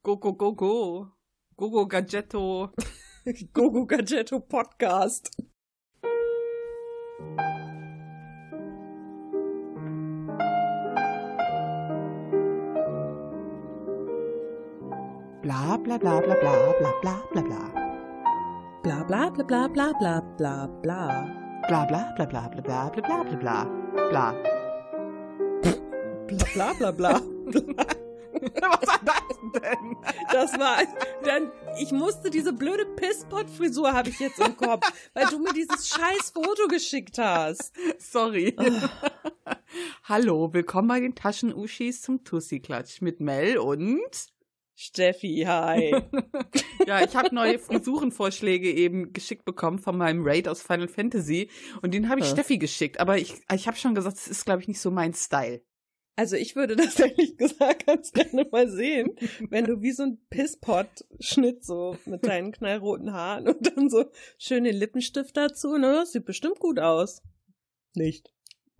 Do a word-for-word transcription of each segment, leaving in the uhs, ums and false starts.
Go, go, go, go. Go, go, Gadgetto. Go, go, Gadgetto Podcast. Bla, bla, bla, bla, bla, bla, bla, bla, bla. Bla, bla, bla, bla, bla, bla, bla, bla. Bla, bla, bla, bla, bla, bla, bla, bla, bla, bla. Bla. Bla, bla, bla, bla. Was war das denn? Das war, dann, ich musste diese blöde Pisspot-Frisur habe ich jetzt im Kopf, weil du mir dieses scheiß Foto geschickt hast. Sorry. Oh. Hallo, willkommen bei den Taschenuschis zum Tussi-Klatsch mit Mel und Steffi, hi. Ja, ich habe neue Frisurenvorschläge eben geschickt bekommen von meinem Raid aus Final Fantasy und den habe ich Hm. Steffi geschickt, aber ich, ich habe schon gesagt, das ist, glaube ich, nicht so mein Style. Also ich würde das ehrlich gesagt ganz gerne mal sehen, wenn du wie so ein Pisspot-Schnitt so mit deinen knallroten Haaren und dann so schöne Lippenstift dazu, ne? Das sieht bestimmt gut aus. Nicht.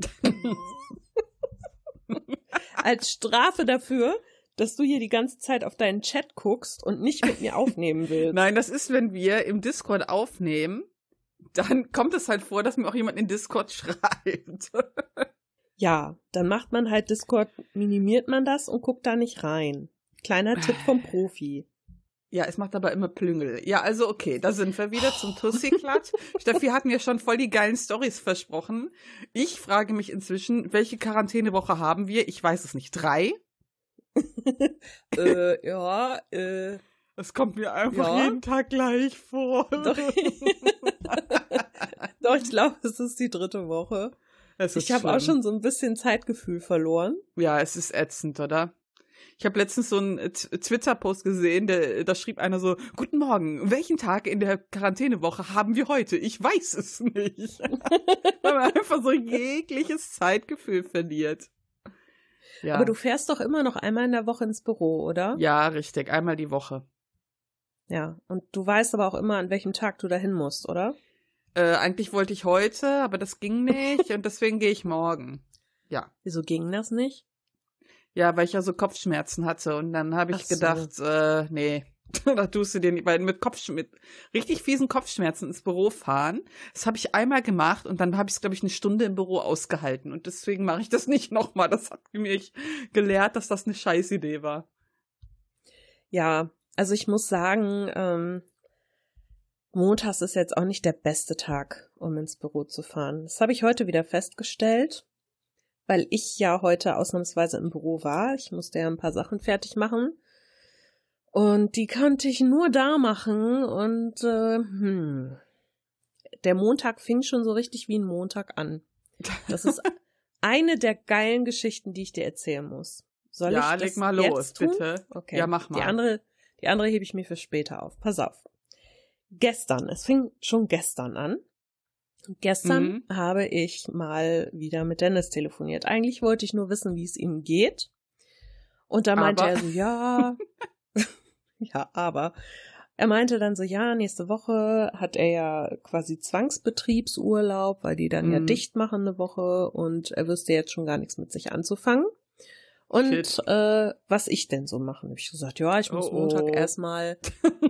Als Strafe dafür, dass du hier die ganze Zeit auf deinen Chat guckst und nicht mit mir aufnehmen willst. Nein, das ist, wenn wir im Discord aufnehmen, dann kommt es halt vor, dass mir auch jemand in Discord schreibt. Ja, dann macht man halt Discord, minimiert man das und guckt da nicht rein. Kleiner Tipp vom Profi. Ja, es macht aber immer Plüngel. Ja, also okay, da sind wir wieder zum Tussi-Klatsch. Steffi hat mir schon voll die geilen Storys versprochen. Ich frage mich inzwischen, welche Quarantänewoche haben wir? Ich weiß es nicht. Drei? äh, ja, äh. Das kommt mir einfach ja. jeden Tag gleich vor. Doch, Doch ich glaube, es ist die dritte Woche. Ich habe auch schon so ein bisschen Zeitgefühl verloren. Ja, es ist ätzend, oder? Ich habe letztens so einen Twitter-Post gesehen, der, da schrieb einer so, guten Morgen, welchen Tag in der Quarantänewoche haben wir heute? Ich weiß es nicht. Weil man einfach so jegliches Zeitgefühl verliert. Ja. Aber du fährst doch immer noch einmal in der Woche ins Büro, oder? Ja, richtig, einmal die Woche. Ja, und du weißt aber auch immer, an welchem Tag du dahin musst, oder? Äh, eigentlich wollte ich heute, aber das ging nicht und deswegen gehe ich morgen. Ja. Wieso ging das nicht? Ja, weil ich ja so Kopfschmerzen hatte und dann habe ich Ach so. gedacht, äh, nee, da tust du dir nicht, weil mit Kopfsch- mit richtig fiesen Kopfschmerzen ins Büro fahren, das habe ich einmal gemacht und dann habe ich es, glaube ich, eine Stunde im Büro ausgehalten und deswegen mache ich das nicht nochmal. Das hat mich gelehrt, dass das eine Scheißidee war. Ja, also ich muss sagen, ähm, montags ist jetzt auch nicht der beste Tag, um ins Büro zu fahren. Das habe ich heute wieder festgestellt, weil ich ja heute ausnahmsweise im Büro war. Ich musste ja ein paar Sachen fertig machen. Und die konnte ich nur da machen. Und äh, hm, der Montag fing schon so richtig wie ein Montag an. Das ist eine der geilen Geschichten, die ich dir erzählen muss. Soll ja, ich leg das mal los, jetzt tun? bitte. Okay. Ja, mach mal. Die andere, die andere hebe ich mir für später auf. Pass auf. Gestern, es fing schon gestern an. Gestern Mhm. habe ich mal wieder mit Dennis telefoniert. Eigentlich wollte ich nur wissen, wie es ihm geht. Und da meinte Aber? er so, ja, ja, aber er meinte dann so, ja, nächste Woche hat er ja quasi Zwangsbetriebsurlaub, weil die dann Mhm. ja dicht machen eine Woche und er wüsste jetzt schon gar nichts mit sich anzufangen. Und Shit. äh, was ich denn so machen? Hab ich gesagt, ja, ich muss Oh, Montag oh. erstmal.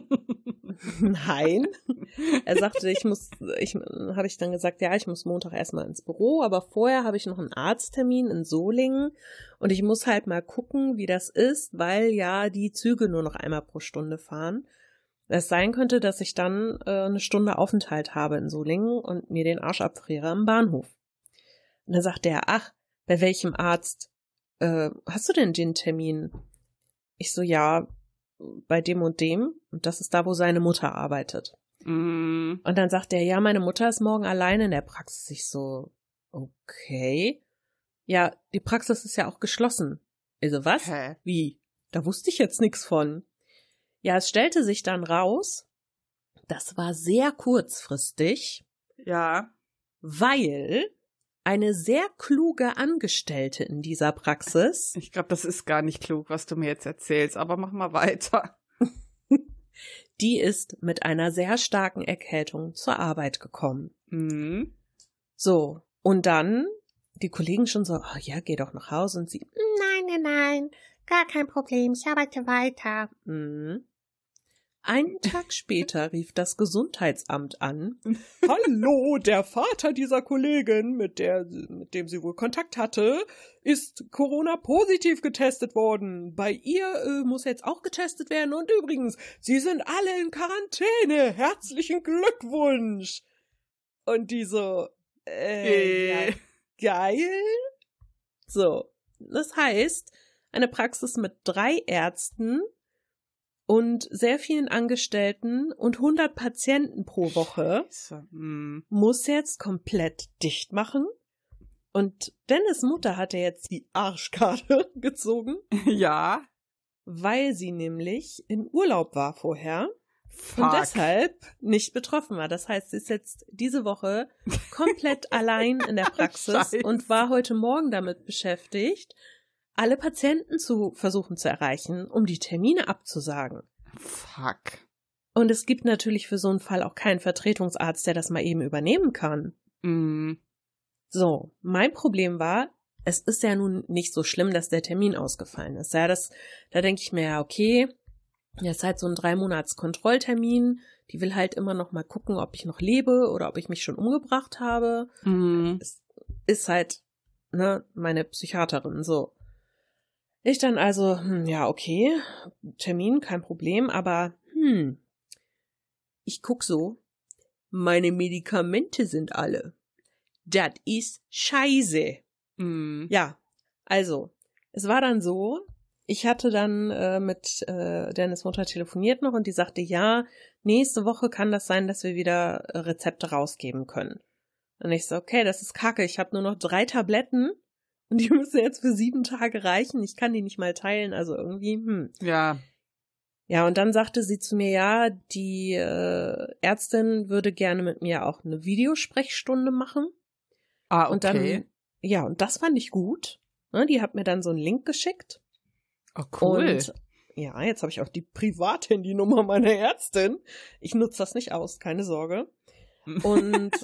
Nein. Er sagte, ich muss, ich habe ich dann gesagt, ja, ich muss Montag erstmal ins Büro, aber vorher habe ich noch einen Arzttermin in Solingen und ich muss halt mal gucken, wie das ist, weil ja die Züge nur noch einmal pro Stunde fahren. Es sein könnte, dass ich dann äh, eine Stunde Aufenthalt habe in Solingen und mir den Arsch abfriere am Bahnhof. Und dann sagte er, ach, bei welchem Arzt äh, hast du denn den Termin? Ich so, ja, bei dem und dem. Und das ist da, wo seine Mutter arbeitet. Mhm. Und dann sagt er, ja, meine Mutter ist morgen alleine in der Praxis. Ich so, okay. Ja, die Praxis ist ja auch geschlossen. Also was? Hä? Wie? Da wusste ich jetzt nichts von. Ja, es stellte sich dann raus, das war sehr kurzfristig, Ja. weil eine sehr kluge Angestellte in dieser Praxis, Ich glaube, das ist gar nicht klug, was du mir jetzt erzählst, aber mach mal weiter. die ist mit einer sehr starken Erkältung zur Arbeit gekommen. Mhm. So, und dann die Kollegen schon so, oh ja, geh doch nach Hause. Und sie, nein, nein, nein, Gar kein Problem, ich arbeite weiter. Mhm. Einen Tag später rief das Gesundheitsamt an. Hallo, der Vater dieser Kollegin, mit der, mit dem sie wohl Kontakt hatte, ist Corona-positiv getestet worden. Bei ihr äh, muss jetzt auch getestet werden. Und übrigens, sie sind alle in Quarantäne. Herzlichen Glückwunsch. Und die so, äh, ja, geil. So, das heißt, eine Praxis mit drei Ärzten und sehr vielen Angestellten und hundert Patienten pro Woche hm. muss jetzt komplett dicht machen. Und Dennis' Mutter hatte jetzt die Arschkarte gezogen. Ja. Weil sie nämlich in Urlaub war vorher. Fuck. Und deshalb nicht betroffen war. Das heißt, sie ist jetzt diese Woche komplett allein in der Praxis Scheiße. Und war heute Morgen damit beschäftigt, alle Patienten zu versuchen zu erreichen, um die Termine abzusagen. Fuck. Und es gibt natürlich für so einen Fall auch keinen Vertretungsarzt, der das mal eben übernehmen kann. Mm. So, mein Problem war, es ist ja nun nicht so schlimm, dass der Termin ausgefallen ist. Ja, das, da denke ich mir ja, okay, das ist halt so ein drei Monats Kontrolltermin. Die will halt immer noch mal gucken, ob ich noch lebe oder ob ich mich schon umgebracht habe. Mm. Es ist halt, ne, meine Psychiaterin, so. Ich dann also, hm, ja, okay, Termin, kein Problem, aber, hm, ich guck so, meine Medikamente sind alle. Das ist scheiße. Mm. Ja, also, es war dann so, ich hatte dann äh, mit äh, Dennis' Mutter telefoniert noch und die sagte, ja, nächste Woche kann das sein, dass wir wieder äh, Rezepte rausgeben können. Und ich so, okay, das ist kacke, ich habe nur noch drei Tabletten. Und die müssen jetzt für sieben Tage reichen. Ich kann die nicht mal teilen, also irgendwie, hm. Ja. Ja, und dann sagte sie zu mir, ja, die äh, Ärztin würde gerne mit mir auch eine Videosprechstunde machen. Ah, okay. Und dann, ja, und das fand ich gut. Ne, die hat mir dann so einen Link geschickt. Oh, cool. Und ja, jetzt habe ich auch die Privathandynummer meiner Ärztin. Ich nutze das nicht aus, keine Sorge. Und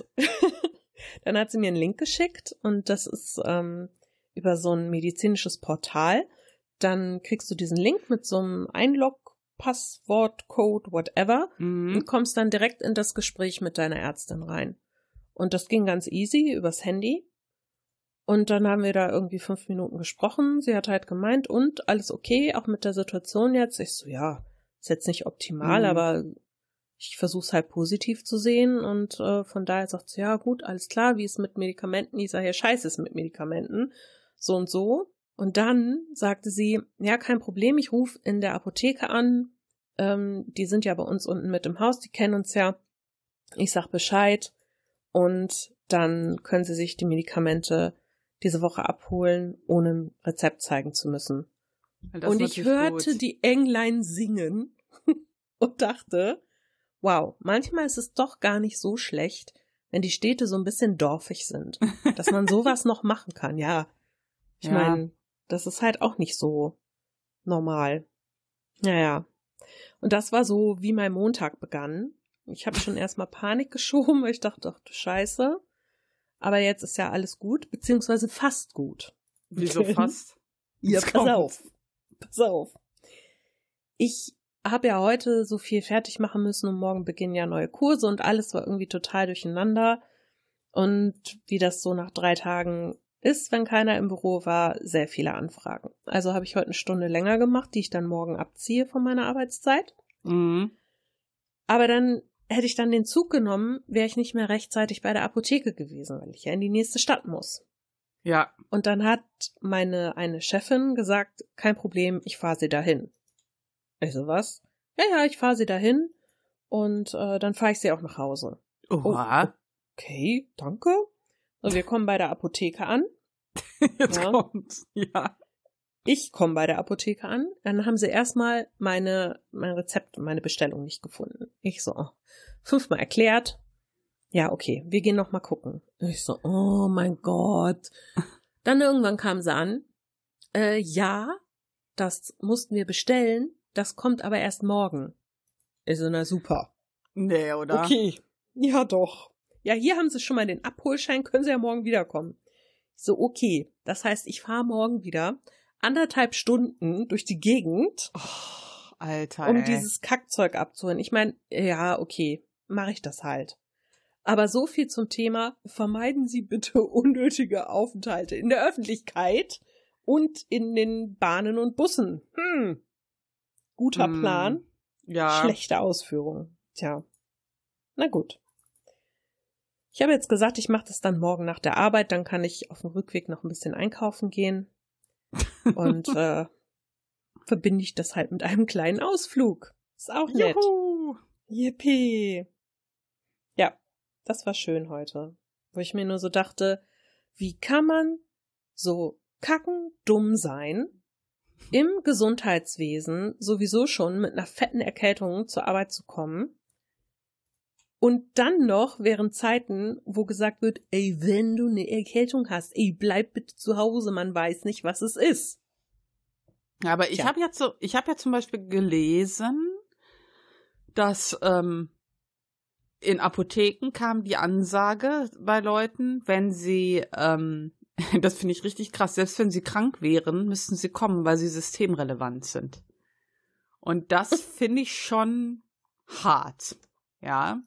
dann hat sie mir einen Link geschickt und das ist ähm, über so ein medizinisches Portal. Dann kriegst du diesen Link mit so einem Einlog-Passwort, Code, whatever mhm. und kommst dann direkt in das Gespräch mit deiner Ärztin rein. Und das ging ganz easy übers Handy. Und dann haben wir da irgendwie fünf Minuten gesprochen. Sie hat halt gemeint, und alles okay, auch mit der Situation jetzt. Ich so, ja, ist jetzt nicht optimal, mhm. aber ich versuche es halt positiv zu sehen. Und äh, von daher sagt sie, ja gut, alles klar, wie ist mit Medikamenten? Ich sage, ja, scheiße ist mit Medikamenten. So und so. Und dann sagte sie, ja, kein Problem, ich rufe in der Apotheke an. Ähm, die sind ja bei uns unten mit im Haus, die kennen uns ja. Ich sag Bescheid. Und dann können sie sich die Medikamente diese Woche abholen, ohne ein Rezept zeigen zu müssen. Und ich hörte gut. die Englein singen und dachte, wow, manchmal ist es doch gar nicht so schlecht, wenn die Städte so ein bisschen dorfig sind, dass man sowas noch machen kann. Ja, ich ja. meine, das ist halt auch nicht so normal. Naja, und das war so, wie mein Montag begann. Ich habe schon erstmal Panik geschoben, weil ich dachte, ach du Scheiße. Aber jetzt ist ja alles gut, beziehungsweise fast gut. Wieso fast? Ja, pass kommt. auf. Pass auf. Ich habe ja heute so viel fertig machen müssen und morgen beginnen ja neue Kurse und alles war irgendwie total durcheinander. Und wie das so nach drei Tagen ist, wenn keiner im Büro war, sehr viele Anfragen. Also habe ich heute eine Stunde länger gemacht, die ich dann morgen abziehe von meiner Arbeitszeit. Mhm. Aber dann hätte ich dann den Zug genommen, wäre ich nicht mehr rechtzeitig bei der Apotheke gewesen, weil ich ja in die nächste Stadt muss. Ja. Und dann hat meine eine Chefin gesagt, kein Problem, ich fahre sie dahin. Ich so, was? Ja, ja, ich fahre sie dahin und äh, dann fahre ich sie auch nach Hause. Oha. Oh, okay, danke. Und wir kommen bei der Apotheke an. Jetzt ja. kommt's, ja. Ich komme bei der Apotheke an, dann haben sie erstmal meine, mein Rezept, meine Bestellung nicht gefunden. Ich so, oh, fünfmal erklärt. Ja, okay, wir gehen noch mal gucken. Ich so, oh mein Gott. Dann irgendwann kam sie an. Äh, ja, das mussten wir bestellen, das kommt aber erst morgen. Ich so, na super. Nee, oder? Okay, ja doch. Ja, hier haben sie schon mal den Abholschein, können sie ja morgen wiederkommen. Ich so, okay, das heißt, ich fahre morgen wieder. anderthalb Stunden durch die Gegend, oh, Alter, um ey. dieses Kackzeug abzuholen. Ich meine, ja, okay, mache ich das halt. Aber so viel zum Thema, vermeiden Sie bitte unnötige Aufenthalte in der Öffentlichkeit und in den Bahnen und Bussen. Hm. Guter Hm. Plan, Ja. schlechte Ausführung. Tja, na gut. Ich habe jetzt gesagt, ich mache das dann morgen nach der Arbeit, dann kann ich auf dem Rückweg noch ein bisschen einkaufen gehen und äh, verbinde ich das halt mit einem kleinen Ausflug. Ist auch nett. Juhu. Yippie. Ja, das war schön heute, wo ich mir nur so dachte, wie kann man so kackendumm sein, im Gesundheitswesen sowieso schon mit einer fetten Erkältung zur Arbeit zu kommen und dann noch während Zeiten, wo gesagt wird, ey, wenn du eine Erkältung hast, ey, bleib bitte zu Hause, man weiß nicht, was es ist. Aber ich Tja. habe jetzt so, ich habe ja zum Beispiel gelesen, dass ähm, in Apotheken kam die Ansage bei Leuten, wenn sie, ähm, das finde ich richtig krass, selbst wenn sie krank wären, müssten sie kommen, weil sie systemrelevant sind. Und das finde ich schon hart, ja.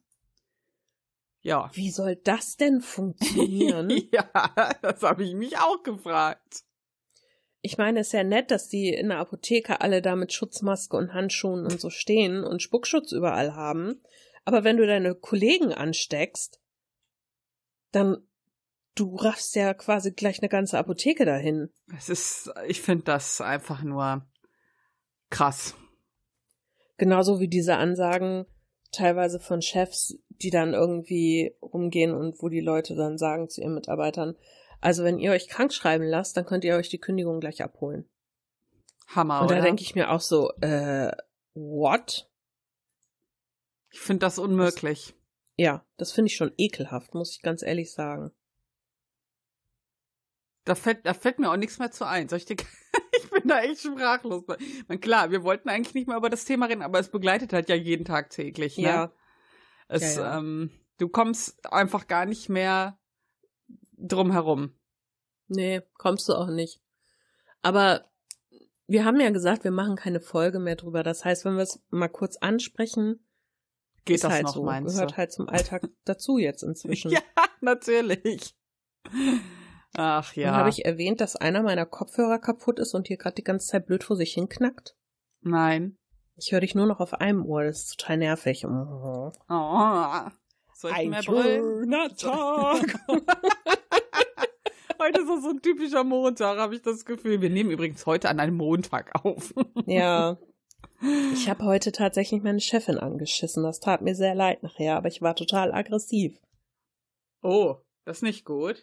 Ja. Wie soll das denn funktionieren? Ja, das habe ich mich auch gefragt. Ich meine, es ist ja nett, dass die in der Apotheke alle da mit Schutzmaske und Handschuhen und so stehen und Spuckschutz überall haben. Aber wenn du deine Kollegen ansteckst, dann du raffst ja quasi gleich eine ganze Apotheke dahin. Es ist, ich finde das einfach nur krass. Genauso wie diese Ansagen teilweise von Chefs, die dann irgendwie rumgehen und wo die Leute dann sagen zu ihren Mitarbeitern, also wenn ihr euch krank schreiben lasst, dann könnt ihr euch die Kündigung gleich abholen. Hammer, Und da oder? denke ich mir auch so, äh, what? Ich finde das unmöglich. Ja, das finde ich schon ekelhaft, muss ich ganz ehrlich sagen. Da fällt, da fällt mir auch nichts mehr zu ein. Soll ich dir, ich bin da echt sprachlos. Ich meine, klar, wir wollten eigentlich nicht mehr über das Thema reden, aber es begleitet halt ja jeden Tag täglich. Ne? Ja. Es, Ja, ja. Ähm, du kommst einfach gar nicht mehr drum herum. Nee, kommst du auch nicht. Aber wir haben ja gesagt, wir machen keine Folge mehr drüber. Das heißt, wenn wir es mal kurz ansprechen, Geht ist das halt noch, so, meinst gehört du? halt zum Alltag dazu jetzt inzwischen. Ja, natürlich. Ach ja. Und habe ich erwähnt, dass einer meiner Kopfhörer kaputt ist und hier gerade die ganze Zeit blöd vor sich hinknackt? Nein. Ich höre dich nur noch auf einem Ohr, das ist total nervig. Oh. Oh. Soll ich Ein mehr brüllen? schöner Tag. Heute ist auch so ein typischer Montag, habe ich das Gefühl. Wir nehmen übrigens heute an einem Montag auf. Ja. Ich habe heute tatsächlich meine Chefin angeschissen. Das tat mir sehr leid nachher, aber ich war total aggressiv. Oh, das ist nicht gut.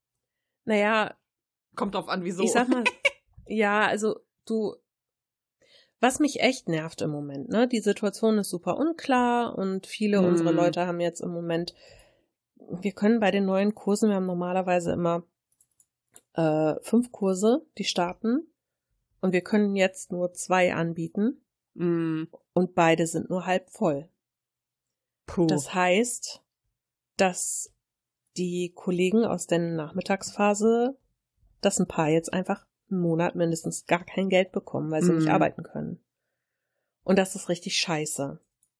Naja, Kommt drauf an, wieso. ich sag mal, ja, also du, was mich echt nervt im Moment, ne, die Situation ist super unklar und viele Hm. unserer Leute haben jetzt im Moment, wir können bei den neuen Kursen, wir haben normalerweise immer äh, fünf Kurse, die starten und wir können jetzt nur zwei anbieten Mm, und beide sind nur halb voll. puh. Das heißt, dass die Kollegen aus der Nachmittagsphase, dass ein paar jetzt einfach einen Monat mindestens gar kein Geld bekommen, weil sie Mhm. nicht arbeiten können. Und das ist richtig scheiße.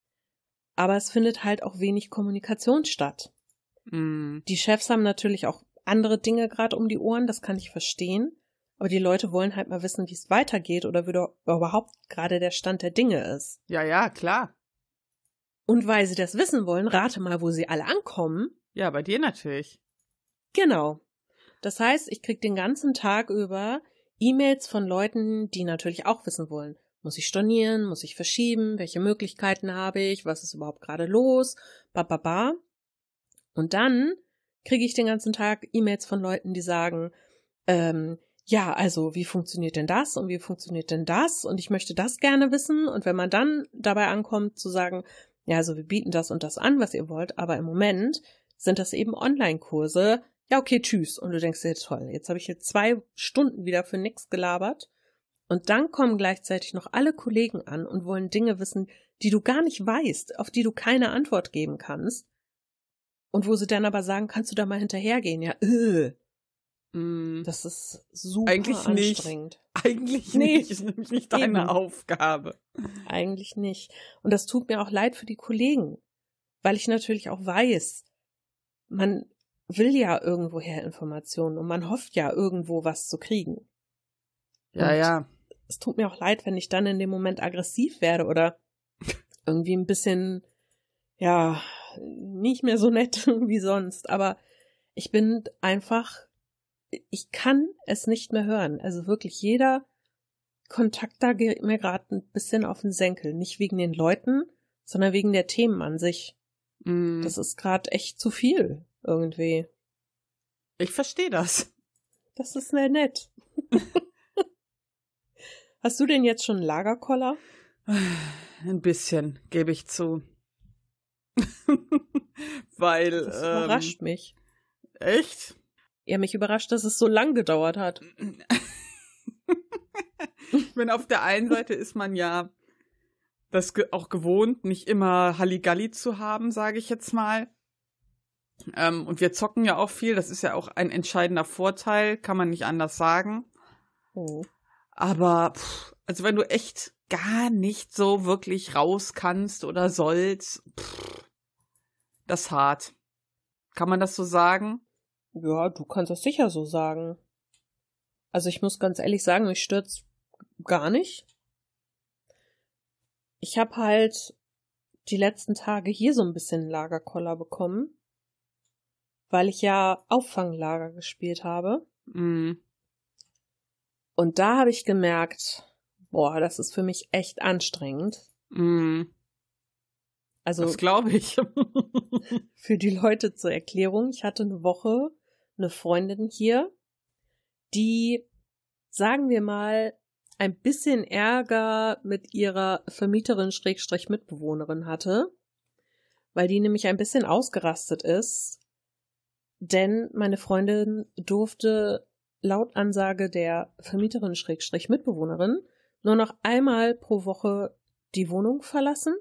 Aber es findet halt auch wenig Kommunikation statt. Mm, Die Chefs haben natürlich auch andere Dinge gerade um die Ohren, das kann ich verstehen. Aber die Leute wollen halt mal wissen, wie es weitergeht oder wie da überhaupt gerade der Stand der Dinge ist. ja, ja, klar. Und weil sie das wissen wollen, rate mal, wo sie alle ankommen. Ja, bei dir natürlich. Genau. Das heißt, ich krieg den ganzen Tag über E-Mails von Leuten, die natürlich auch wissen wollen, muss ich stornieren, muss ich verschieben, welche Möglichkeiten habe ich, was ist überhaupt gerade los, ba, ba, ba. Und dann kriege ich den ganzen Tag E-Mails von Leuten, die sagen, ähm, ja, also wie funktioniert denn das und wie funktioniert denn das und ich möchte das gerne wissen. Und wenn man dann dabei ankommt zu sagen, ja, also wir bieten das und das an, was ihr wollt, aber im Moment sind das eben Online-Kurse. Ja, okay, tschüss. Und du denkst dir, toll, jetzt habe ich jetzt zwei Stunden wieder für nix gelabert. Und dann kommen gleichzeitig noch alle Kollegen an und wollen Dinge wissen, die du gar nicht weißt, auf die du keine Antwort geben kannst. Und wo sie dann aber sagen, kannst du da mal hinterhergehen? Ja, äh. Mm. Das ist super Eigentlich anstrengend. Nicht. Eigentlich Nee, nicht. Ist nämlich nicht deine eben. Aufgabe. Eigentlich nicht. Und das tut mir auch leid für die Kollegen, weil ich natürlich auch weiß, man will ja irgendwoher Informationen und man hofft ja irgendwo was zu kriegen. Ja, Und ja. es tut mir auch leid, wenn ich dann in dem Moment aggressiv werde oder irgendwie ein bisschen, ja, nicht mehr so nett wie sonst. Aber ich bin einfach, ich kann es nicht mehr hören. Also wirklich jeder Kontakt da geht mir gerade ein bisschen auf den Senkel. Nicht wegen den Leuten, sondern wegen der Themen an sich. Mm. Das ist gerade echt zu viel irgendwie. Ich verstehe das. Das ist sehr nett. Hast du denn jetzt schon einen Lagerkoller? Ein bisschen, gebe ich zu. Weil, Das ähm, überrascht mich. Echt? Ja, mich überrascht, dass es so lang gedauert hat. Ich meine, auf der einen Seite ist man ja das ge- auch gewohnt, nicht immer Halligalli zu haben, sage ich jetzt mal. Ähm, und wir zocken ja auch viel, das ist ja auch ein entscheidender Vorteil, kann man nicht anders sagen. Oh. Aber, pff, also wenn du echt gar nicht so wirklich raus kannst oder sollst, pff, das ist hart. Kann man das so sagen? Ja, du kannst das sicher so sagen. Also ich muss ganz ehrlich sagen, mich stört's gar nicht. Ich habe halt die letzten Tage hier so ein bisschen Lagerkoller bekommen, weil ich ja Auffanglager gespielt habe. Mm. Und da habe ich gemerkt, boah, das ist für mich echt anstrengend. Mm. Also Das glaube ich. für die Leute zur Erklärung, ich hatte eine Woche eine Freundin hier, die, sagen wir mal, ein bisschen Ärger mit ihrer Vermieterin Schrägstrich Mitbewohnerin hatte, weil die nämlich ein bisschen ausgerastet ist, denn meine Freundin durfte laut Ansage der Vermieterin Schrägstrich Mitbewohnerin nur noch einmal pro Woche die Wohnung verlassen,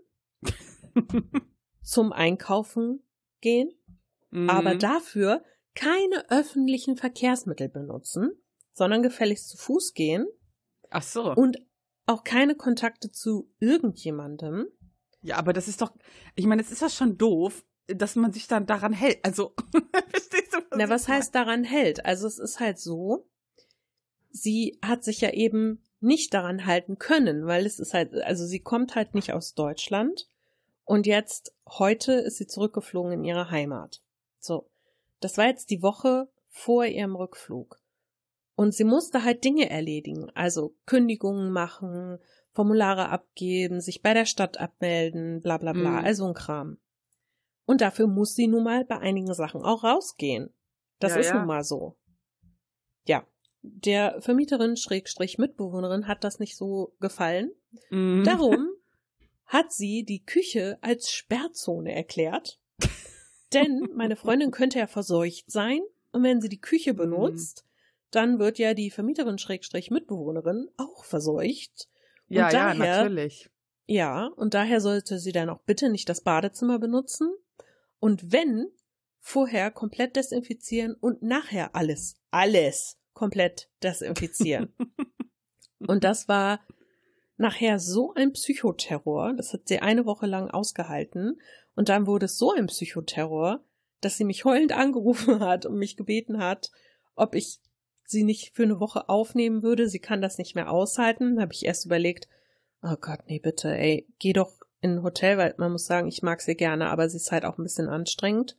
zum Einkaufen gehen, Mm. aber dafür keine öffentlichen Verkehrsmittel benutzen, sondern gefälligst zu Fuß gehen. Ach so. Und auch keine Kontakte zu irgendjemandem. Ja, aber das ist doch, ich meine, es ist ja schon doof, dass man sich dann daran hält. Also, verstehst du, was Na, ich was meine? heißt daran hält? Also es ist halt so, sie hat sich ja eben nicht daran halten können, weil es ist halt, also sie kommt halt nicht aus Deutschland und jetzt, heute ist sie zurückgeflogen in ihre Heimat. So, das war jetzt die Woche vor ihrem Rückflug. Und sie musste halt Dinge erledigen, also Kündigungen machen, Formulare abgeben, sich bei der Stadt abmelden, bla bla bla, Mhm. also ein Kram. Und dafür muss sie nun mal bei einigen Sachen auch rausgehen. Das Ja, ist ja. nun mal so. Ja, der Vermieterin Schrägstrich Mitbewohnerin hat das nicht so gefallen. Mhm. Darum hat sie die Küche als Sperrzone erklärt. Denn meine Freundin könnte ja verseucht sein und wenn sie die Küche benutzt, dann wird ja die Vermieterin Schrägstrich Mitbewohnerin auch verseucht. Und Ja, ja, daher, natürlich. Ja, und daher sollte sie dann auch bitte nicht das Badezimmer benutzen. Und wenn, vorher komplett desinfizieren und nachher alles, alles komplett desinfizieren. Und das war nachher so ein Psychoterror, das hat sie eine Woche lang ausgehalten. Und dann wurde es so ein Psychoterror, dass sie mich heulend angerufen hat und mich gebeten hat, ob ich sie nicht für eine Woche aufnehmen würde. Sie kann das nicht mehr aushalten. Da habe ich erst überlegt, oh Gott, nee, bitte, ey, geh doch in ein Hotel, weil man muss sagen, ich mag sie gerne, aber sie ist halt auch ein bisschen anstrengend.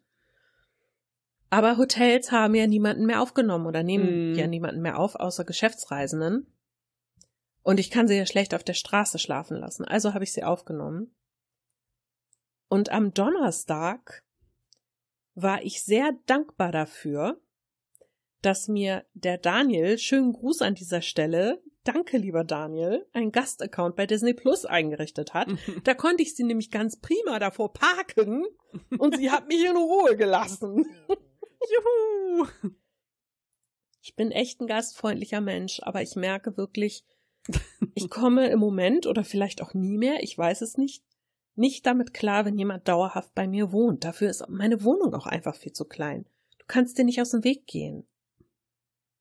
Aber Hotels haben ja niemanden mehr aufgenommen oder nehmen Mm. ja niemanden mehr auf, außer Geschäftsreisenden. Und ich kann sie ja schlecht auf der Straße schlafen lassen. Also habe ich sie aufgenommen. Und am Donnerstag war ich sehr dankbar dafür, dass mir der Daniel, schönen Gruß an dieser Stelle, danke lieber Daniel, einen Gastaccount bei Disney Plus eingerichtet hat. Da konnte ich sie nämlich ganz prima davor parken und sie hat mich in Ruhe gelassen. Juhu! Ich bin echt ein gastfreundlicher Mensch, aber ich merke wirklich, ich komme im Moment oder vielleicht auch nie mehr, ich weiß es nicht, nicht damit klar, wenn jemand dauerhaft bei mir wohnt. Dafür ist meine Wohnung auch einfach viel zu klein. Du kannst dir nicht aus dem Weg gehen.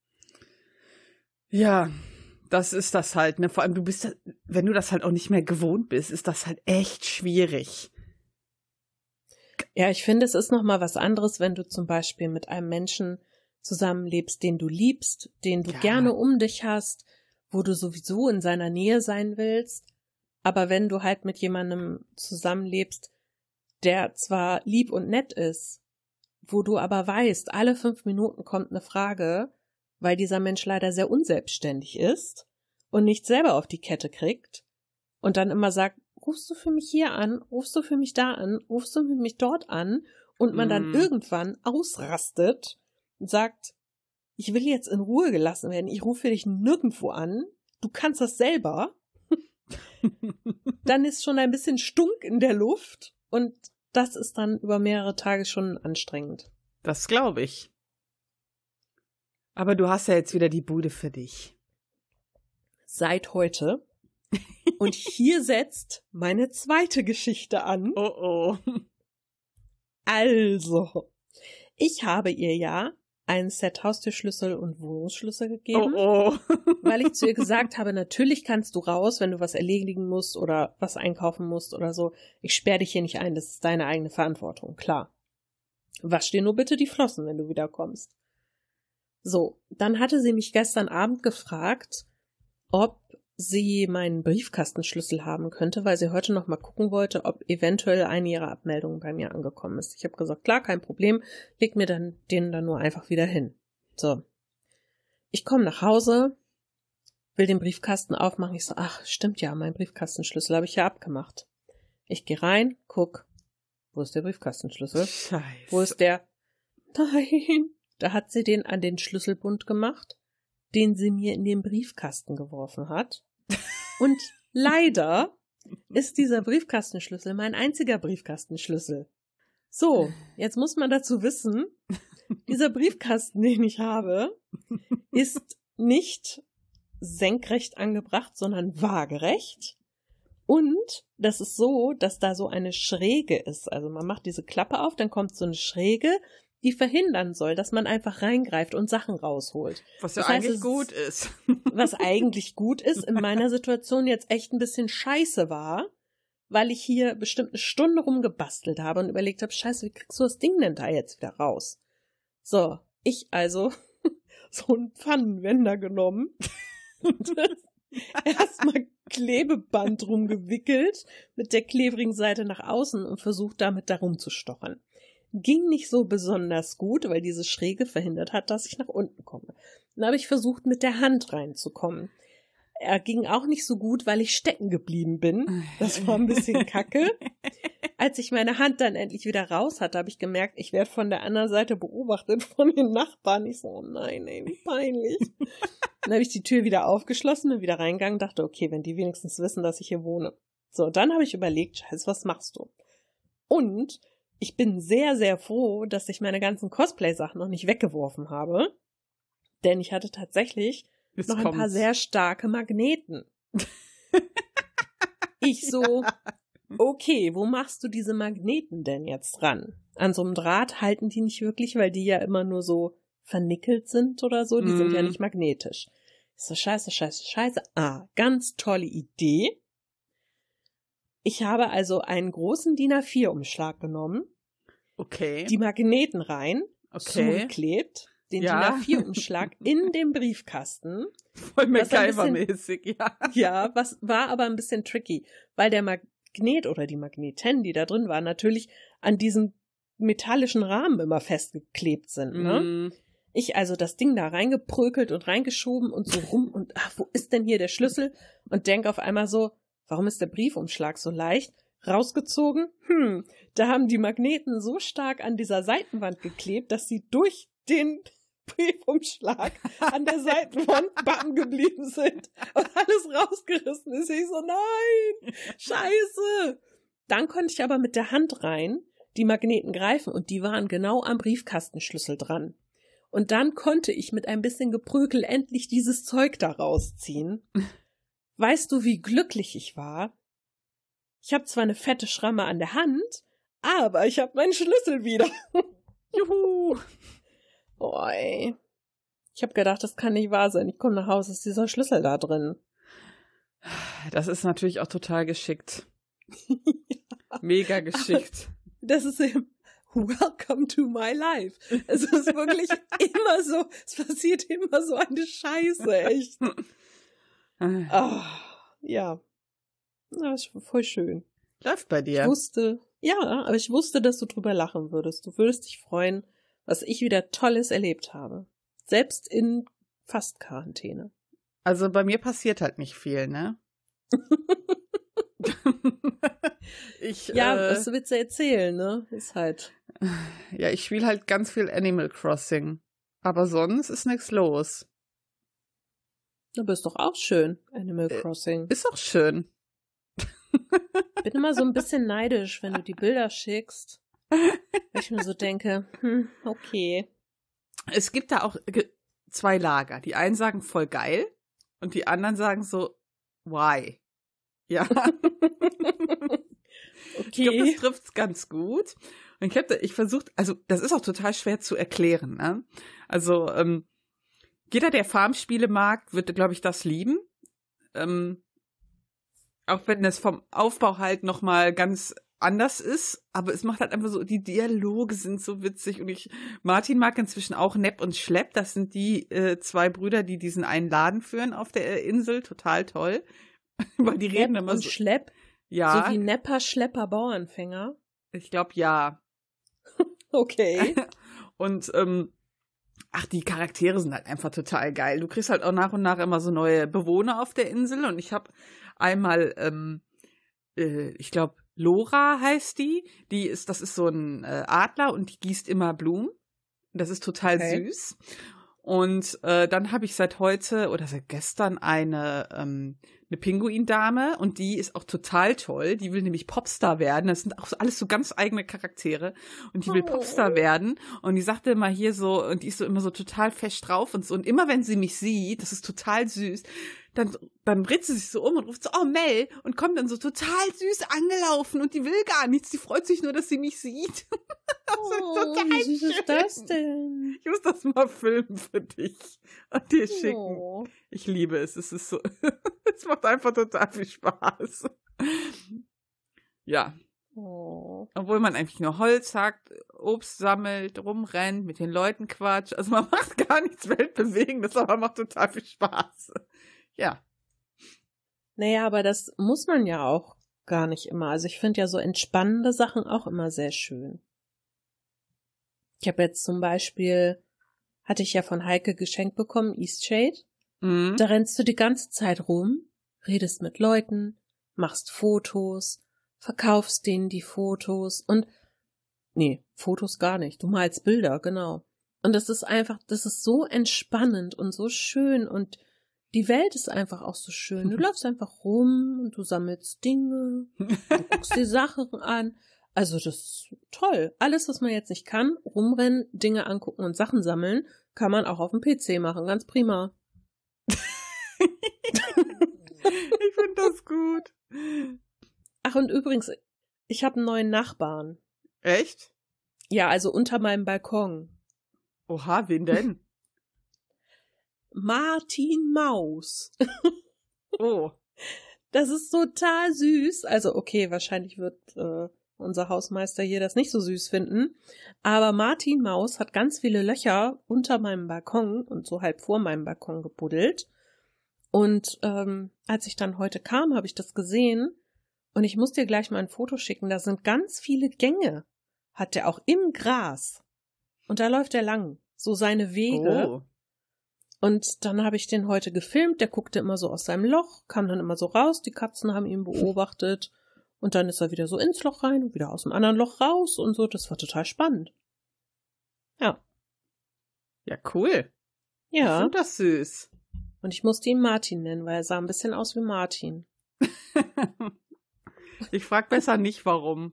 Ja, das ist das halt, ne? Vor allem, du bist, wenn du das halt auch nicht mehr gewohnt bist, ist das halt echt schwierig. Ja, ich finde, es ist nochmal was anderes, wenn du zum Beispiel mit einem Menschen zusammenlebst, den du liebst, den du Ja. gerne um dich hast, wo du sowieso in seiner Nähe sein willst. Aber wenn du halt mit jemandem zusammenlebst, der zwar lieb und nett ist, wo du aber weißt, alle fünf Minuten kommt eine Frage, weil dieser Mensch leider sehr unselbstständig ist und nicht selber auf die Kette kriegt und dann immer sagt, rufst du für mich hier an, rufst du für mich da an, rufst du für mich dort an und man Mm. dann irgendwann ausrastet und sagt, ich will jetzt in Ruhe gelassen werden, ich rufe dich nirgendwo an, du kannst das selber, dann ist schon ein bisschen Stunk in der Luft und das ist dann über mehrere Tage schon anstrengend. Das glaube ich. Aber du hast ja jetzt wieder die Bude für dich. Seit heute. Und hier setzt meine zweite Geschichte an. Oh oh. Also, ich habe ihr ja ein Set Haustürschlüssel und Wohnungsschlüssel gegeben, Oh oh. weil ich zu ihr gesagt habe, natürlich kannst du raus, wenn du was erledigen musst oder was einkaufen musst oder so. Ich sperre dich hier nicht ein, das ist deine eigene Verantwortung, klar. Wasch dir nur bitte die Flossen, wenn du wiederkommst. So, dann hatte sie mich gestern Abend gefragt, ob sie meinen Briefkastenschlüssel haben könnte, weil sie heute noch mal gucken wollte, ob eventuell eine ihrer Abmeldungen bei mir angekommen ist. Ich habe gesagt, klar, kein Problem, leg mir dann den dann nur einfach wieder hin. So, ich komme nach Hause, will den Briefkasten aufmachen. Ich so, ach, stimmt ja, mein Briefkastenschlüssel habe ich ja abgemacht. Ich gehe rein, guck, wo ist der Briefkastenschlüssel? Scheiße. Wo ist der? Nein, da hat sie den an den Schlüsselbund gemacht, den sie mir in den Briefkasten geworfen hat. Und leider ist dieser Briefkastenschlüssel mein einziger Briefkastenschlüssel. So, jetzt muss man dazu wissen, dieser Briefkasten, den ich habe, ist nicht senkrecht angebracht, sondern waagerecht. Und das ist so, dass da so eine Schräge ist. Also man macht diese Klappe auf, dann kommt so eine Schräge, die verhindern soll, dass man einfach reingreift und Sachen rausholt. Was ja Das heißt, eigentlich es- gut ist. Was eigentlich gut ist, in meiner Situation jetzt echt ein bisschen scheiße war, weil ich hier bestimmt eine Stunde rumgebastelt habe und überlegt habe, scheiße, wie kriegst du das Ding denn da jetzt wieder raus? So, ich also so einen Pfannenwender genommen und erstmal Klebeband rumgewickelt, mit der klebrigen Seite nach außen und versucht damit da rumzustochern. Ging nicht so besonders gut, weil diese Schräge verhindert hat, dass ich nach unten komme. Dann habe ich versucht, mit der Hand reinzukommen. Er ging auch nicht so gut, weil ich stecken geblieben bin. Das war ein bisschen kacke. Als ich meine Hand dann endlich wieder raus hatte, habe ich gemerkt, ich werde von der anderen Seite beobachtet von den Nachbarn. Ich so, oh nein, ey, wie peinlich. Dann habe ich die Tür wieder aufgeschlossen und wieder reingegangen, dachte, okay, wenn die wenigstens wissen, dass ich hier wohne. So, dann habe ich überlegt, scheiße, was machst du? Und ich bin sehr, sehr froh, dass ich meine ganzen Cosplay-Sachen noch nicht weggeworfen habe. Denn ich hatte tatsächlich Jetzt noch ein paar kommt's. sehr starke Magneten. Ich so, okay, wo machst du diese Magneten denn jetzt ran? An so einem Draht halten die nicht wirklich, weil die ja immer nur so vernickelt sind oder so. Die Mm. sind ja nicht magnetisch. Ich so, scheiße, scheiße, scheiße. Ah, ganz tolle Idee. Ich habe also einen großen D I N A vier Umschlag genommen, Okay. die Magneten rein, Okay. zugeklebt, den Ja. D I N A vier Umschlag in den Briefkasten. Voll was ein bisschen- MacGyver-mäßig, ja. Ja, was war aber ein bisschen tricky, weil der Magnet oder die Magneten, die da drin waren, natürlich an diesem metallischen Rahmen immer festgeklebt sind. Ne? Mm. Ich also das Ding da reingeprökelt und reingeschoben und so rum und ach, wo ist denn hier der Schlüssel? Und denk auf einmal so, warum ist der Briefumschlag so leicht? Rausgezogen? Hm, da haben die Magneten so stark an dieser Seitenwand geklebt, dass sie durch den Briefumschlag an der Seitenwand backen geblieben sind und alles rausgerissen ist. Ich so, nein, scheiße. Dann konnte ich aber mit der Hand rein die Magneten greifen und die waren genau am Briefkastenschlüssel dran. Und dann konnte ich mit ein bisschen Geprügel endlich dieses Zeug da rausziehen. Weißt du, wie glücklich ich war? Ich habe zwar eine fette Schramme an der Hand, aber ich habe meinen Schlüssel wieder. Juhu. Oh, ey. Ich habe gedacht, das kann nicht wahr sein. Ich komme nach Hause, ist dieser Schlüssel da drin. Das ist natürlich auch total geschickt. Ja. Mega geschickt. Das ist eben welcome to my life. Es ist wirklich immer so, es passiert immer so eine Scheiße, echt. Oh, ja. Das ist voll schön. Läuft bei dir. Ich wusste, ja, aber ich wusste, dass du drüber lachen würdest. Du würdest dich freuen, was ich wieder Tolles erlebt habe. Selbst in fast Quarantäne. Also bei mir passiert halt nicht viel, ne? ich, ja, äh, was willst du erzählen, ne? Ist halt. Ja, ich spiele halt ganz viel Animal Crossing. Aber sonst ist nichts los. Aber ist doch auch schön, Animal Crossing. Äh, ist auch schön. Bin immer so ein bisschen neidisch, wenn du die Bilder schickst. Weil ich mir so denke, hm, okay. Es gibt da auch ge- zwei Lager. Die einen sagen voll geil und die anderen sagen so, why? Ja. Okay. Ich glaube, das trifft's ganz gut. Und ich habe ich versucht, also das ist auch total schwer zu erklären. Ne? Also ähm, jeder, der Farmspiele mag, wird, glaube ich, das lieben. Ähm, auch wenn es vom Aufbau halt nochmal ganz anders ist, aber es macht halt einfach so, die Dialoge sind so witzig und ich, Martin mag inzwischen auch Nepp und Schlepp, das sind die äh, zwei Brüder, die diesen einen Laden führen auf der Insel, total toll. Weil die reden Nepp immer und so. Schlepp? Ja. So wie Nepper, Schlepper, Bauernfänger? Ich glaube, ja. Okay. Und, ähm, ach, die Charaktere sind halt einfach total geil. Du kriegst halt auch nach und nach immer so neue Bewohner auf der Insel und ich habe einmal, ähm, äh, ich glaube, Lora heißt die. Die ist, das ist so ein äh, Adler und die gießt immer Blumen. Das ist total Okay. süß. Und äh, dann habe ich seit heute oder seit gestern eine, ähm, eine Pinguindame und die ist auch total toll. Die will nämlich Popstar werden. Das sind auch so, alles so ganz eigene Charaktere. Und die will Oh. Popstar werden. Und die sagte immer hier so, und die ist so immer so total fest drauf und so. Und immer wenn sie mich sieht, das ist total süß, dann, dann dreht sie sich so um und ruft so, oh Mel, und kommt dann so total süß angelaufen und die will gar nichts. Die freut sich nur, dass sie mich sieht. Das ist Oh, total wie süß schön. ist das denn? Ich muss das mal filmen für dich und dir schicken. Oh. Ich liebe es. Es ist so, es macht einfach total viel Spaß. Ja. Oh. Obwohl man eigentlich nur Holz hackt, Obst sammelt, rumrennt, mit den Leuten quatscht. Also man macht gar nichts Weltbewegendes, aber macht total viel Spaß. Ja. Naja, aber das muss man ja auch gar nicht immer. Also ich finde ja so entspannende Sachen auch immer sehr schön. Ich habe jetzt zum Beispiel, hatte ich ja von Heike geschenkt bekommen, Eastshade. Mhm. Da rennst du die ganze Zeit rum, redest mit Leuten, machst Fotos, verkaufst denen die Fotos und, nee, Fotos gar nicht, du malst Bilder, genau. Und das ist einfach, das ist so entspannend und so schön und die Welt ist einfach auch so schön. Du läufst einfach rum und du sammelst Dinge, du guckst dir Sachen an. Also das ist toll. Alles, was man jetzt nicht kann, rumrennen, Dinge angucken und Sachen sammeln, kann man auch auf dem P C machen. Ganz prima. Ich finde das gut. Ach, und übrigens, ich habe einen neuen Nachbarn. Echt? Ja, also unter meinem Balkon. Oha, wen denn? Martin Maus. Oh. Das ist total süß. Also okay, wahrscheinlich wird äh, unser Hausmeister hier das nicht so süß finden. Aber Martin Maus hat ganz viele Löcher unter meinem Balkon und so halb vor meinem Balkon gebuddelt. Und ähm, als ich dann heute kam, habe ich das gesehen. Und ich muss dir gleich mal ein Foto schicken. Da sind ganz viele Gänge. Hat der auch im Gras. Und da läuft er lang. So seine Wege. Oh. Und dann habe ich den heute gefilmt, der guckte immer so aus seinem Loch, kam dann immer so raus, die Katzen haben ihn beobachtet und dann ist er wieder so ins Loch rein und wieder aus dem anderen Loch raus und so, das war total spannend. Ja. Ja, cool. Ich Ja, finde das süß. und ich musste ihn Martin nennen, weil er sah ein bisschen aus wie Martin. Ich frag besser nicht, warum.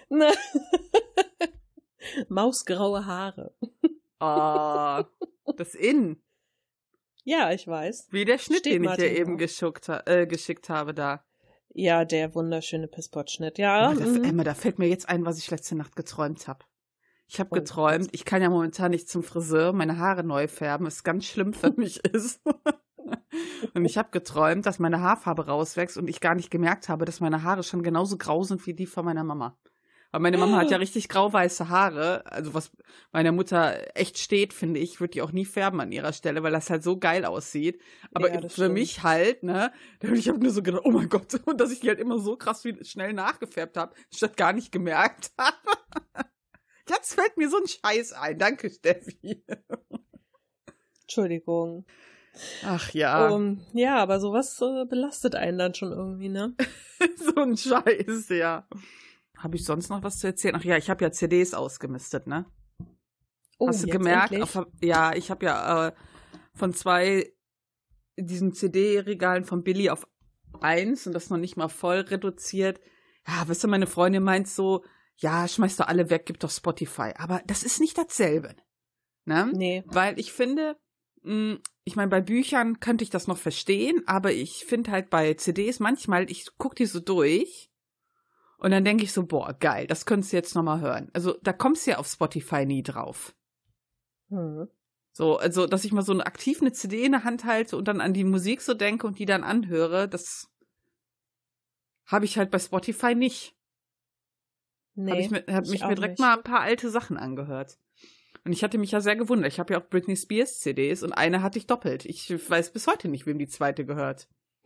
Mausgraue Haare. Oh, das In. Ja, ich weiß. Wie der Schnitt, Steht den ich Martin dir eben drauf. geschuckt, ha- äh, geschickt habe da. Ja, der wunderschöne Pisspot-Schnitt. Ja, Oh, da, mhm. Emma, da fällt mir jetzt ein, was ich letzte Nacht geträumt habe. Ich habe geträumt, ich kann ja momentan nicht zum Friseur, meine Haare neu färben, was ganz schlimm für mich ist. Und ich habe geträumt, dass meine Haarfarbe rauswächst und ich gar nicht gemerkt habe, dass meine Haare schon genauso grau sind wie die von meiner Mama. Aber meine Mama hat ja richtig grau-weiße Haare, also was meiner Mutter echt steht, finde ich, würde die auch nie färben an ihrer Stelle, weil das halt so geil aussieht. Aber Ja, für das stimmt. mich halt, ne, ich habe nur so gedacht, oh mein Gott, und dass ich die halt immer so krass wie schnell nachgefärbt habe, statt gar nicht gemerkt habe. Jetzt fällt mir so ein Scheiß ein. Danke, Steffi. Entschuldigung. Ach ja. Um, ja, aber sowas äh, belastet einen dann schon irgendwie, ne? So ein Scheiß, ja. Habe ich sonst noch was zu erzählen? Ach ja, ich habe ja C Ds ausgemistet, ne? Oh, Hast du jetzt gemerkt? endlich? Auf, ja, ich habe ja äh, von zwei diesen C D-Regalen von Billy auf eins und das noch nicht mal voll reduziert. Ja, weißt du, meine Freundin meint so, ja, schmeiß doch alle weg, gib doch Spotify. Aber das ist nicht dasselbe, ne? Nee. Weil ich finde, mh, ich meine, bei Büchern könnte ich das noch verstehen, aber ich finde halt bei C Ds manchmal, ich gucke die so durch und dann denke ich so, boah, geil, das könntest du jetzt nochmal hören. Also da kommst du ja auf Spotify nie drauf. Hm. So, also, dass ich mal so eine aktiv eine C D in der Hand halte und dann an die Musik so denke und die dann anhöre, das habe ich halt bei Spotify nicht. Nee, Habe ich, mir, hab ich mich auch mir direkt nicht. mal ein paar alte Sachen angehört. Und ich hatte mich ja sehr gewundert. Ich habe ja auch Britney Spears C Ds und eine hatte ich doppelt. Ich weiß bis heute nicht, wem die zweite gehört.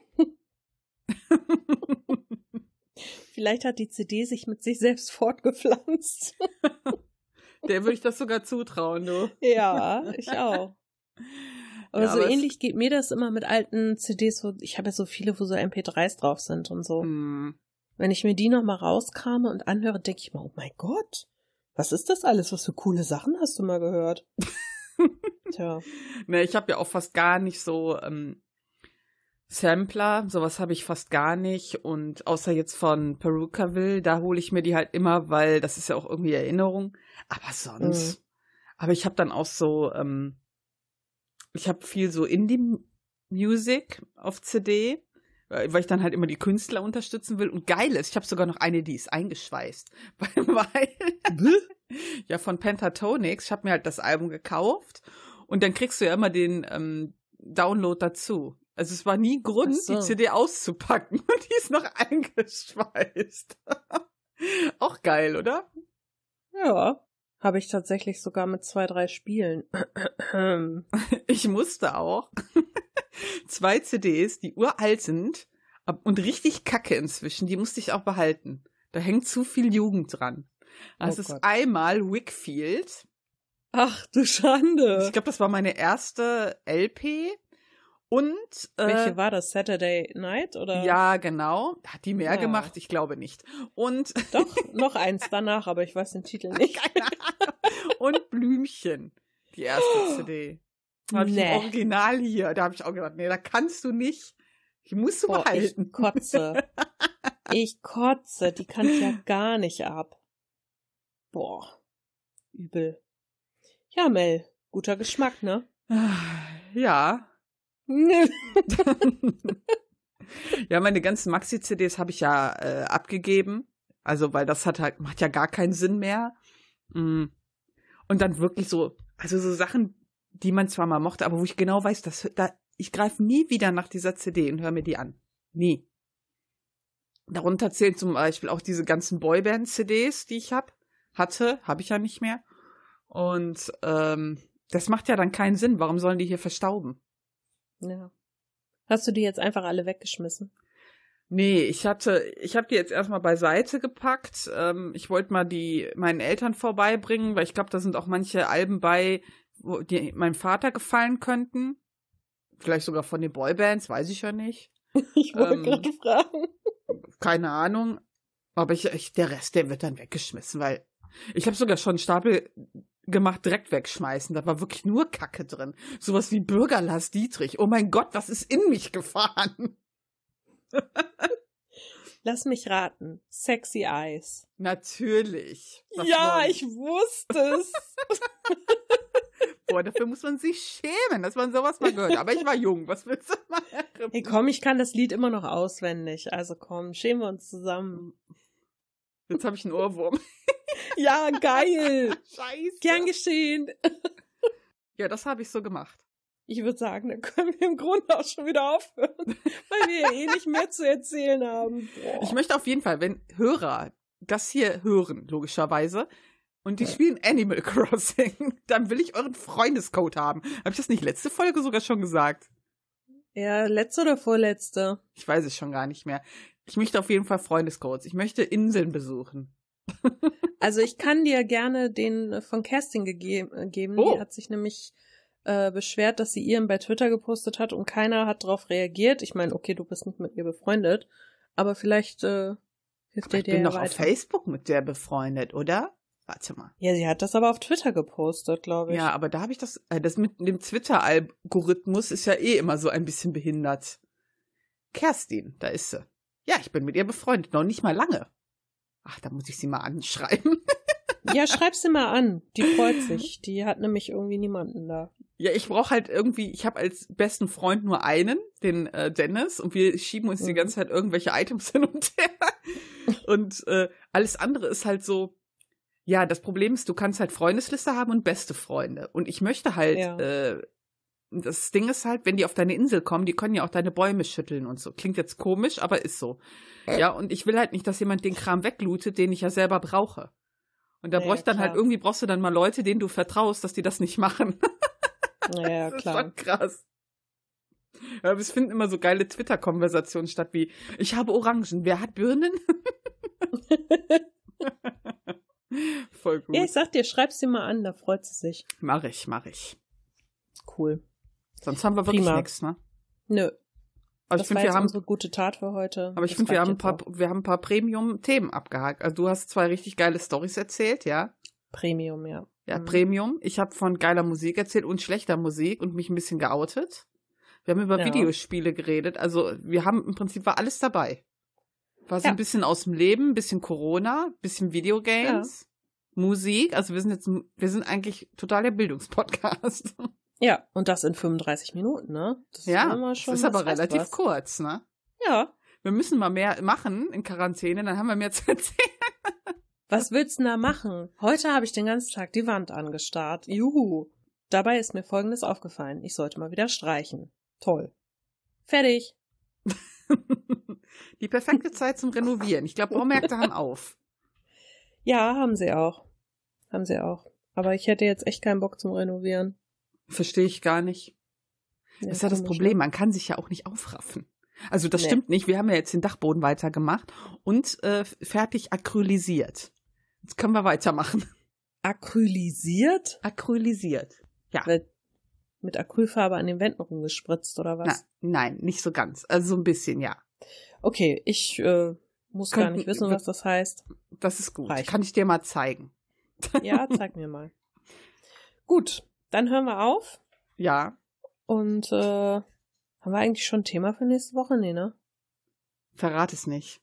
Vielleicht hat die C D sich mit sich selbst fortgepflanzt. Der würde ich das sogar zutrauen, du. Ja, ich auch. Aber Ja, so aber es- ähnlich geht mir das immer mit alten C Ds, wo ich habe ja so viele, wo so M P dreis drauf sind und so. Hm. Wenn ich mir die nochmal rauskrame und anhöre, denke ich mal, oh mein Gott, was ist das alles? Was für coole Sachen hast du mal gehört? Tja. Ne, ich habe ja auch fast gar nicht so ähm, Sampler, sowas habe ich fast gar nicht. Und außer jetzt von Perukaville, da hole ich mir die halt immer, weil das ist ja auch irgendwie Erinnerung. Aber sonst. Mhm. Aber ich habe dann auch so, ähm, ich habe viel so Indie-Music auf C D, weil weil ich dann halt immer die Künstler unterstützen will. Und geil ist, ich habe sogar noch eine, die ist eingeschweißt. Weil, weil ja, von Pentatonix, ich habe mir halt das Album gekauft und dann kriegst du ja immer den ähm, Download dazu. Also es war nie Grund, Ach so. die C D auszupacken und die ist noch eingeschweißt. Auch geil, oder? Ja. Habe ich tatsächlich sogar mit zwei, drei Spielen. Ich musste auch zwei C Ds, die uralt sind ab- und richtig kacke inzwischen, die musste ich auch behalten. Da hängt zu viel Jugend dran. Das Oh ist Gott. einmal Wickfield. Ach du Schande. Ich glaube, das war meine erste L P. Und äh, Welche war das? Saturday Night? Oder? ja, genau. Hat die mehr Ja. gemacht? Ich glaube nicht. Und, Doch, noch eins danach, aber ich weiß den Titel nicht. keine Ahnung. Und Blümchen, die erste C D. Da habe ich Nee. im Original hier. Da habe ich auch gedacht, nee, da kannst du nicht. Die musst du Boah, ich behalten. kotze. Ich kotze. Die kann ich ja gar nicht ab. Boah. Übel. Ja, Mel. Guter Geschmack, ne? Ja. Ja, meine ganzen Maxi-C Ds habe ich ja äh, abgegeben. Also, weil das hat halt, macht ja gar keinen Sinn mehr. Mm. Und dann wirklich so, also so Sachen, die man zwar mal mochte, aber wo ich genau weiß, dass da, ich greife nie wieder nach dieser C D und höre mir die an. Nie. Darunter zählen zum Beispiel auch diese ganzen Boyband-C Ds, die ich hab, hatte, habe ich ja nicht mehr. Und ähm, das macht ja dann keinen Sinn. Warum sollen die hier verstauben? Ja. Hast du die jetzt einfach alle weggeschmissen? Nee, ich hatte, ich habe die jetzt erstmal beiseite gepackt. Ähm, ich wollte mal die meinen Eltern vorbeibringen, weil ich glaube, da sind auch manche Alben bei, wo die meinem Vater gefallen könnten. Vielleicht sogar von den Boybands, weiß ich ja nicht. Ich wollte Ähm, gerade fragen. Keine Ahnung. Aber ich, ich, der Rest, der wird dann weggeschmissen, weil ich habe sogar schon einen Stapel gemacht, direkt wegschmeißen. Da war wirklich nur Kacke drin. Sowas wie Bürger Lars Dietrich. Oh mein Gott, das ist in mich gefahren. Lass mich raten. Sexy Eyes. Natürlich. Was Ja, sonst? ich wusste es. Boah, dafür muss man sich schämen, dass man sowas mal gehört. Aber ich war jung, was willst du machen? Hey, komm, ich kann das Lied immer noch auswendig. Also komm, schämen wir uns zusammen. Jetzt habe ich einen Ohrwurm. Ja, geil. Scheiße. Gern geschehen. Ja, das habe ich so gemacht. Ich würde sagen, dann können wir im Grunde auch schon wieder aufhören, weil wir ja eh nicht mehr zu erzählen haben. Boah. Ich möchte auf jeden Fall, wenn Hörer das hier hören, logischerweise, und die spielen Animal Crossing, dann will ich euren Freundescode haben. Habe ich das nicht letzte Folge sogar schon gesagt? Ja, letzte oder vorletzte? Ich weiß es schon gar nicht mehr. Ich möchte auf jeden Fall Freundescodes. Ich möchte Inseln besuchen. Also ich kann dir gerne den von Kerstin gegeben, geben. Oh. Die hat sich nämlich äh, beschwert, dass sie ihren bei Twitter gepostet hat und keiner hat darauf reagiert. Ich meine, okay, du bist nicht mit ihr befreundet, aber vielleicht äh, hilft der Ich dir bin ja doch weiter. auf Facebook mit der befreundet, oder? Warte mal. Ja, sie hat das aber auf Twitter gepostet, glaube ich. Ja, aber da habe ich das, äh, das mit dem Twitter-Algorithmus ist ja eh immer so ein bisschen behindert. Kerstin, da ist sie. Ja, ich bin mit ihr befreundet, noch nicht mal lange. Ach, da muss ich sie mal anschreiben. Ja, schreib sie mal an. Die freut sich. Die hat nämlich irgendwie niemanden da. Ja, ich brauche halt irgendwie, ich habe als besten Freund nur einen, den äh, Dennis, und wir schieben uns mhm. die ganze Zeit irgendwelche Items hin und her. Und äh, alles andere ist halt so, ja, das Problem ist, du kannst halt Freundesliste haben und beste Freunde. Und ich möchte halt, Ja. äh, das Ding ist halt, wenn die auf deine Insel kommen, die können ja auch deine Bäume schütteln und so. Klingt jetzt komisch, aber ist so. Ja, und ich will halt nicht, dass jemand den Kram weglootet, den ich ja selber brauche. Und da Ja, brauche ich dann klar. halt, irgendwie brauchst du dann mal Leute, denen du vertraust, dass die das nicht machen. Ja, Das ist klar. schon krass. Ja, aber es finden immer so geile Twitter-Konversationen statt wie, ich habe Orangen, wer hat Birnen? Voll gut. Ja, ich sag dir, schreib sie mal an, da freut sie sich. Mach ich, mach ich. Cool. Sonst haben wir wirklich Prima. nichts, ne? Nö. Aber Das ich finde, war wir jetzt haben, unsere gute Tat für heute. aber ich Das finde, wir reicht haben ein jetzt paar, auch. wir haben ein paar Premium-Themen abgehakt. Also du hast zwei richtig geile Storys erzählt, ja? Premium, ja. Ja, Mhm. Premium. Ich habe von geiler Musik erzählt und schlechter Musik und mich ein bisschen geoutet. Wir haben über Ja. Videospiele geredet. Also wir haben im Prinzip war alles dabei. War so Ja. ein bisschen aus dem Leben, ein bisschen Corona, ein bisschen Videogames, Musik. Also wir sind jetzt, wir sind eigentlich total der Bildungspodcast. Ja, und das in fünfunddreißig Minuten, ne? Das Ja, immer das schon, ist das aber heißt relativ was. kurz, ne? Ja. Wir müssen mal mehr machen in Quarantäne, dann haben wir mehr zu erzählen. Was willst du denn da machen? Heute habe ich den ganzen Tag die Wand angestarrt. Juhu. Dabei ist mir Folgendes aufgefallen. Ich sollte mal wieder streichen. Toll. Fertig. Die perfekte Zeit zum Renovieren. Ich glaube, Baumärkte haben auf. Ja, haben sie auch. Haben sie auch. Aber ich hätte jetzt echt keinen Bock zum Renovieren. Verstehe ich gar nicht. Ja, Das ist ja das komisch, Problem, ne? man kann sich ja auch nicht aufraffen. Also das Nee. stimmt nicht, wir haben ja jetzt den Dachboden weitergemacht und äh, fertig acrylisiert. Jetzt können wir weitermachen. Acrylisiert? Acrylisiert. Ja. Weil mit Acrylfarbe an den Wänden rumgespritzt oder Na, was? nein, nicht so ganz. Also so ein bisschen, ja. Okay, ich äh, muss gar Könnten- nicht wissen, was das heißt. Das ist gut. Reicht. Kann ich dir mal zeigen. Ja, zeig mir mal. Gut, dann hören wir auf. Ja, Und äh, haben wir eigentlich schon ein Thema für nächste Woche? Nee, ne? verrat es nicht.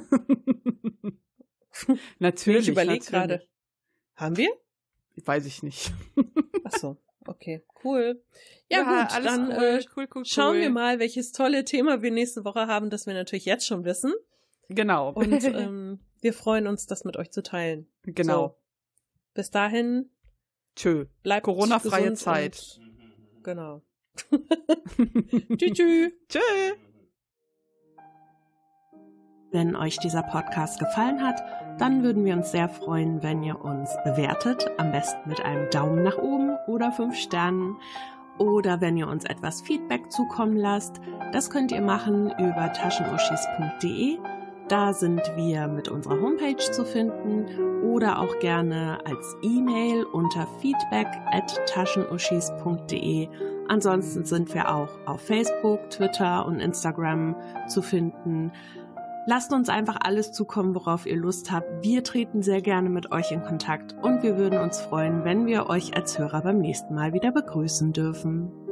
Nee, Natürlich. ich überlege natürlich. gerade. Haben wir? Weiß ich nicht. Ach so, okay, cool. Ja, gut, alles dann cool, äh, cool, cool, schauen cool. wir mal, welches tolle Thema wir nächste Woche haben, das wir natürlich jetzt schon wissen. Genau. Und ähm, wir freuen uns, das mit euch zu teilen. genau. So, bis dahin, Tschö. bleibt Corona-freie gesund Zeit. Und, genau. Tschüss. Tschüss. Tschö. Wenn euch dieser Podcast gefallen hat, dann würden wir uns sehr freuen, wenn ihr uns bewertet, am besten mit einem Daumen nach oben oder fünf Sternen. Oder wenn ihr uns etwas Feedback zukommen lasst, das könnt ihr machen über taschenuschis punkt de. Da sind wir mit unserer Homepage zu finden oder auch gerne als E-Mail unter feedback at taschenuschis punkt de. Ansonsten sind wir auch auf Facebook, Twitter und Instagram zu finden. Lasst uns einfach alles zukommen, worauf ihr Lust habt. Wir treten sehr gerne mit euch in Kontakt und wir würden uns freuen, wenn wir euch als Hörer beim nächsten Mal wieder begrüßen dürfen.